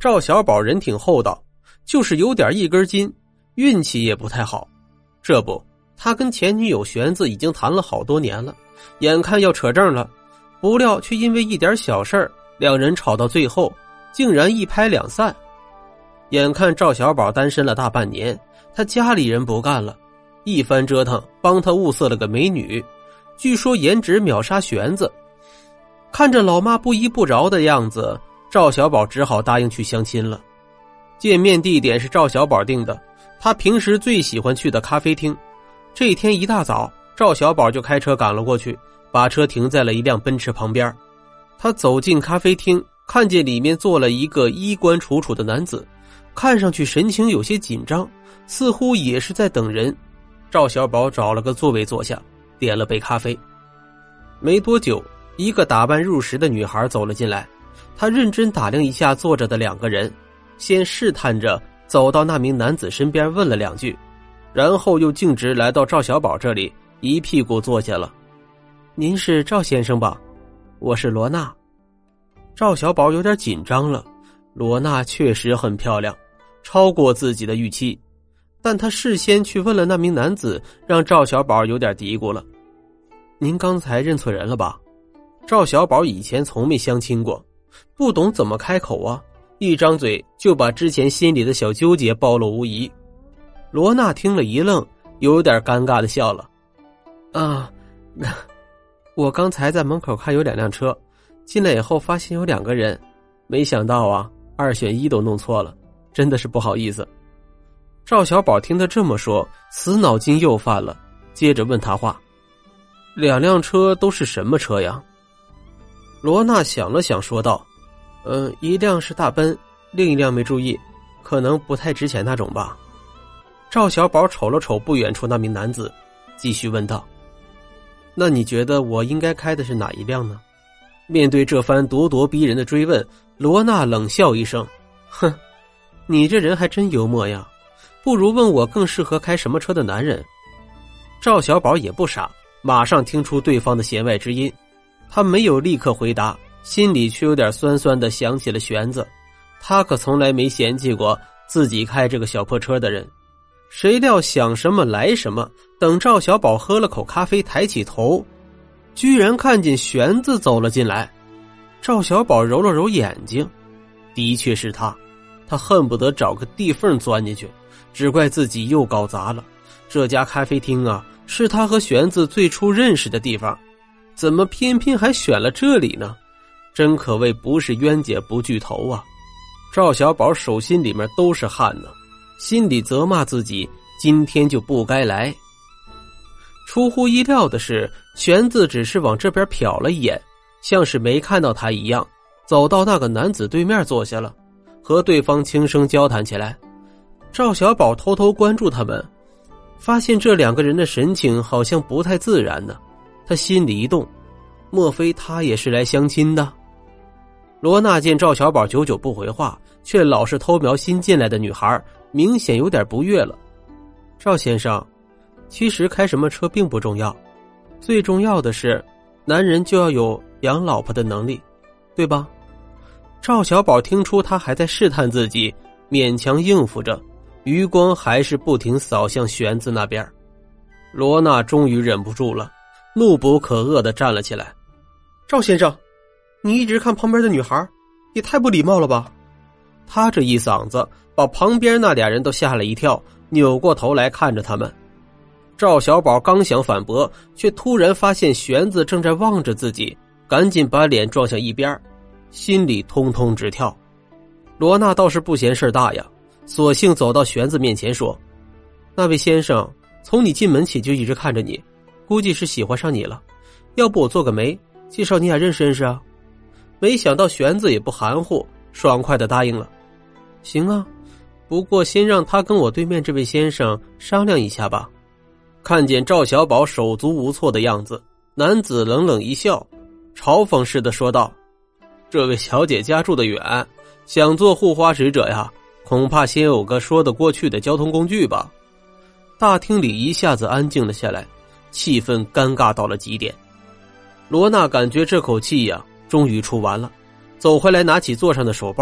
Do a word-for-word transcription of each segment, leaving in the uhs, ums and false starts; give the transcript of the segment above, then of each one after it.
赵小宝人挺厚道，就是有点一根筋，运气也不太好。这不，他跟前女友玄子已经谈了好多年了，眼看要扯证了，不料却因为一点小事儿，两人吵到最后，竟然一拍两散。眼看赵小宝单身了大半年，他家里人不干了，一番折腾帮他物色了个美女，据说颜值秒杀玄子。看着老妈不依不饶的样子，赵小宝只好答应去相亲了。见面地点是赵小宝定的，他平时最喜欢去的咖啡厅。这天一大早，赵小宝就开车赶了过去，把车停在了一辆奔驰旁边。他走进咖啡厅，看见里面坐了一个衣冠楚楚的男子，看上去神情有些紧张，似乎也是在等人。赵小宝找了个座位坐下，点了杯咖啡。没多久，一个打扮入时的女孩走了进来，她认真打量一下坐着的两个人，先试探着走到那名男子身边问了两句，然后又径直来到赵小宝这里，一屁股坐下了。您是赵先生吧？我是罗娜。赵小宝有点紧张了，罗娜确实很漂亮，超过自己的预期，但他事先去问了那名男子，让赵小宝有点嘀咕了。您刚才认错人了吧？赵小宝以前从没相亲过，不懂怎么开口啊，一张嘴就把之前心里的小纠结暴露无遗。罗娜听了一愣，有点尴尬的笑了。啊，我刚才在门口看有两辆车，进来以后发现有两个人，没想到啊，二选一都弄错了，真的是不好意思。赵小宝听他这么说，死脑筋又犯了，接着问他话。两辆车都是什么车呀？罗娜想了想说道，嗯、呃，一辆是大奔，另一辆没注意，可能不太值钱那种吧。赵小宝瞅了瞅不远处那名男子，继续问道，那你觉得我应该开的是哪一辆呢？面对这番咄咄逼人的追问，罗娜冷笑一声，哼，你这人还真幽默呀，不如问我更适合开什么车的男人。赵小宝也不傻，马上听出对方的弦外之音，他没有立刻回答，心里却有点酸酸的想起了玄子，他可从来没嫌弃过自己开这个小破车的人。谁料想什么来什么，等赵小宝喝了口咖啡，抬起头，居然看见玄子走了进来。赵小宝揉了揉眼睛，的确是他，他恨不得找个地缝钻进去，只怪自己又搞砸了。这家咖啡厅啊，是他和玄子最初认识的地方，怎么偏偏还选了这里呢？真可谓不是冤家不聚头啊。赵小宝手心里面都是汗呢，心里责骂自己今天就不该来。出乎意料的是，玄子只是往这边瞟了一眼，像是没看到他一样，走到那个男子对面坐下了，和对方轻声交谈起来。赵小宝偷偷关注他们，发现这两个人的神情好像不太自然呢，他心里一动，莫非他也是来相亲的？罗娜见赵小宝久久不回话，却老是偷瞄新进来的女孩，明显有点不悦了。赵先生，其实开什么车并不重要，最重要的是男人就要有养老婆的能力，对吧？赵小宝听出他还在试探自己，勉强应付着，余光还是不停扫向玄子那边。罗娜终于忍不住了，怒不可遏地站了起来。赵先生，你一直看旁边的女孩，也太不礼貌了吧？他这一嗓子把旁边那俩人都吓了一跳，扭过头来看着他们。赵小宝刚想反驳，却突然发现玄子正在望着自己，赶紧把脸撞向一边，心里通通直跳。罗娜倒是不嫌事大呀，索性走到玄子面前说，那位先生，从你进门起就一直看着你，估计是喜欢上你了，要不我做个媒，介绍你俩认识认识啊。没想到玄子也不含糊，爽快地答应了。行啊，不过先让他跟我对面这位先生商量一下吧。看见赵小宝手足无措的样子，男子冷冷一笑，嘲讽似的说道，这位小姐家住得远，想做护花使者呀，恐怕先有个说得过去的交通工具吧。大厅里一下子安静了下来，气氛尴尬到了极点。罗娜感觉这口气呀终于出完了，走回来拿起座上的手包，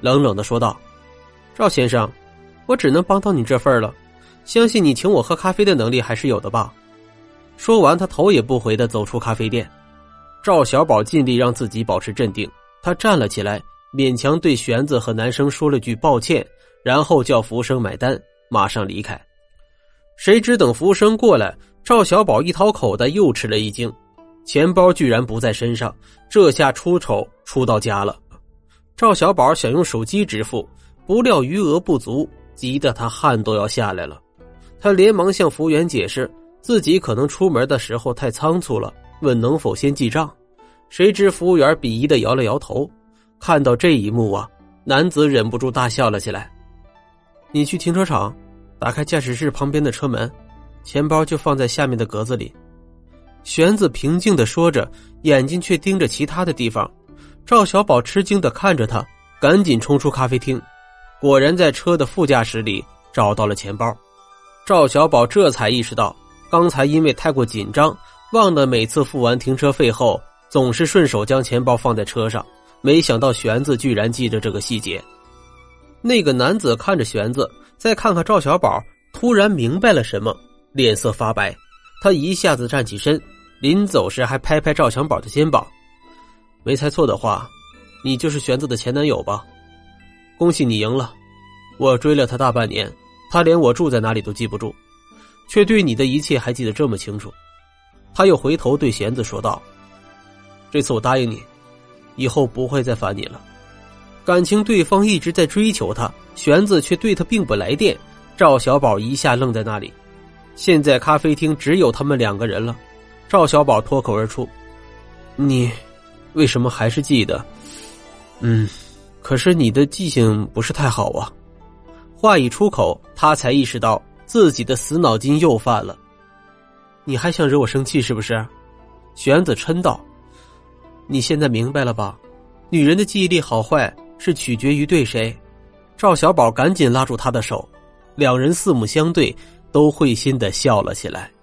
冷冷地说道：赵先生，我只能帮到你这份了，相信你请我喝咖啡的能力还是有的吧。说完，他头也不回地走出咖啡店。赵小宝尽力让自己保持镇定，他站了起来，勉强对玄子和男生说了句抱歉，然后叫服务生买单，马上离开。谁知等服务生过来，赵小宝一掏口袋又吃了一惊，钱包居然不在身上，这下出丑出到家了。赵小宝想用手机支付，不料余额不足，急得他汗都要下来了。他连忙向服务员解释自己可能出门的时候太仓促了，问能否先记账。谁知服务员鄙夷地摇了摇头。看到这一幕啊，男子忍不住大笑了起来。你去停车场打开驾驶室旁边的车门，钱包就放在下面的格子里。玄子平静地说着，眼睛却盯着其他的地方。赵小宝吃惊地看着他，赶紧冲出咖啡厅，果然在车的副驾驶里找到了钱包。赵小宝这才意识到，刚才因为太过紧张，忘了每次付完停车费后总是顺手将钱包放在车上，没想到玄子居然记着这个细节。那个男子看着玄子，再看看赵小宝，突然明白了什么，脸色发白。他一下子站起身，临走时还拍拍赵小宝的肩膀。没猜错的话，你就是玄子的前男友吧？恭喜你赢了。我追了他大半年，他连我住在哪里都记不住，却对你的一切还记得这么清楚。他又回头对玄子说道：这次我答应你，以后不会再烦你了。感情对方一直在追求他，玄子却对他并不来电，赵小宝一下愣在那里。现在咖啡厅只有他们两个人了。赵小宝脱口而出：你为什么还是记得？嗯，可是你的记性不是太好啊。话一出口，他才意识到自己的死脑筋又犯了。你还想惹我生气是不是？玄子嗔道。你现在明白了吧？女人的记忆力好坏是取决于对谁。赵小宝赶紧拉住他的手，两人四目相对，都会心地笑了起来。